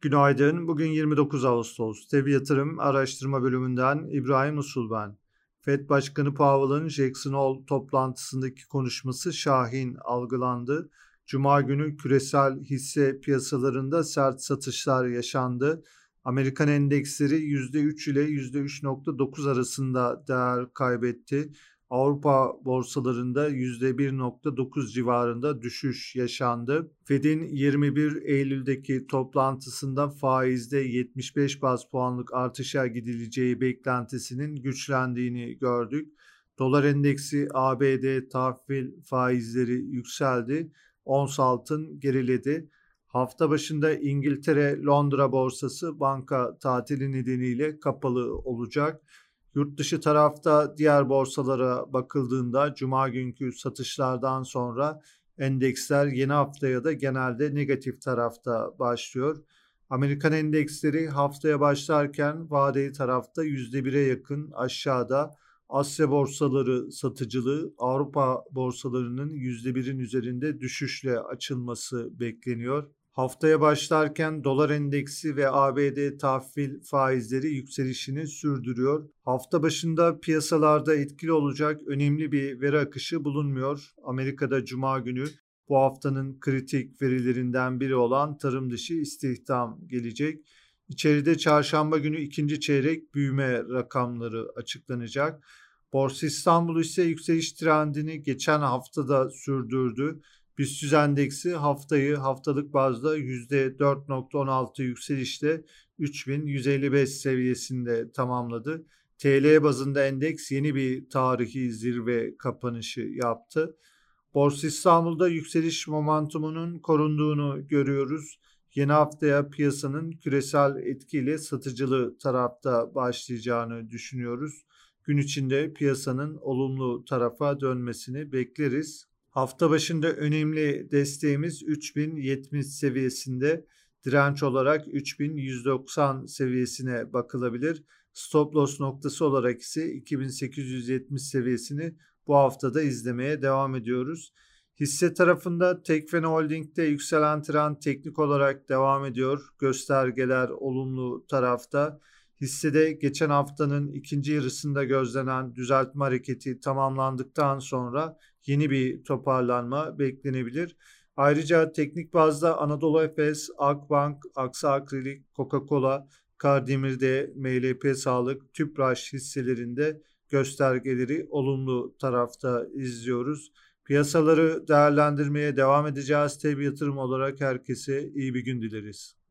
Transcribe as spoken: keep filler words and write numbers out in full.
Günaydın. Bugün yirmi dokuz Ağustos. T E B Yatırım Araştırma Bölümünden İbrahim Usul ben. Fed Başkanı Powell'ın Jackson Hole toplantısındaki konuşması şahin algılandı. Cuma günü küresel hisse piyasalarında sert satışlar yaşandı. Amerikan endeksleri yüzde üç ile yüzde üç nokta dokuz arasında değer kaybetti. Avrupa borsalarında yüzde bir nokta dokuz civarında düşüş yaşandı. Fed'in yirmi bir Eylül'deki toplantısında faizde yetmiş beş baz puanlık artışa gidileceği beklentisinin güçlendiğini gördük. Dolar endeksi A B D tahvil faizleri yükseldi. Ons altın geriledi. Hafta başında İngiltere Londra borsası banka tatili nedeniyle kapalı olacak. Yurt dışı tarafta diğer borsalara bakıldığında Cuma günkü satışlardan sonra endeksler yeni haftaya da genelde negatif tarafta başlıyor. Amerikan endeksleri haftaya başlarken vadeli tarafta yüzde bire yakın aşağıda. Asya borsaları satıcılığı Avrupa borsalarının yüzde birin üzerinde düşüşle açılması bekleniyor. Haftaya başlarken dolar endeksi ve A B D tahvil faizleri yükselişini sürdürüyor. Hafta başında piyasalarda etkili olacak önemli bir veri akışı bulunmuyor. Amerika'da Cuma günü bu haftanın kritik verilerinden biri olan tarım dışı istihdam gelecek. İçeride çarşamba günü ikinci çeyrek büyüme rakamları açıklanacak. Borsa İstanbul ise yükseliş trendini geçen haftada sürdürdü. BIST endeksi haftayı haftalık bazda yüzde dört nokta on altı yükselişle üç bin yüz elli beş seviyesinde tamamladı. T L bazında endeks yeni bir tarihi zirve kapanışı yaptı. Borsa İstanbul'da yükseliş momentumunun korunduğunu görüyoruz. Yeni haftaya piyasanın küresel etkiyle satıcılı tarafta başlayacağını düşünüyoruz. Gün içinde piyasanın olumlu tarafa dönmesini bekleriz. Hafta başında önemli desteğimiz üç bin yetmiş seviyesinde, direnç olarak üç bin yüz doksan seviyesine bakılabilir. Stop loss noktası olarak ise iki bin sekiz yüz yetmiş seviyesini bu haftada izlemeye devam ediyoruz. Hisse tarafında Tekfen Holding'de yükselen trend teknik olarak devam ediyor. Göstergeler olumlu tarafta. Hissede geçen haftanın ikinci yarısında gözlenen düzeltme hareketi tamamlandıktan sonra yeni bir toparlanma beklenebilir. Ayrıca teknik bazda Anadolu Efes, Akbank, Aksa Akrilik, Coca-Cola, Kardemir'de, M L P Sağlık, Tüpraş hisselerinde göstergeleri olumlu tarafta izliyoruz. Piyasaları değerlendirmeye devam edeceğiz. T E B Yatırım olarak herkese iyi bir gün dileriz.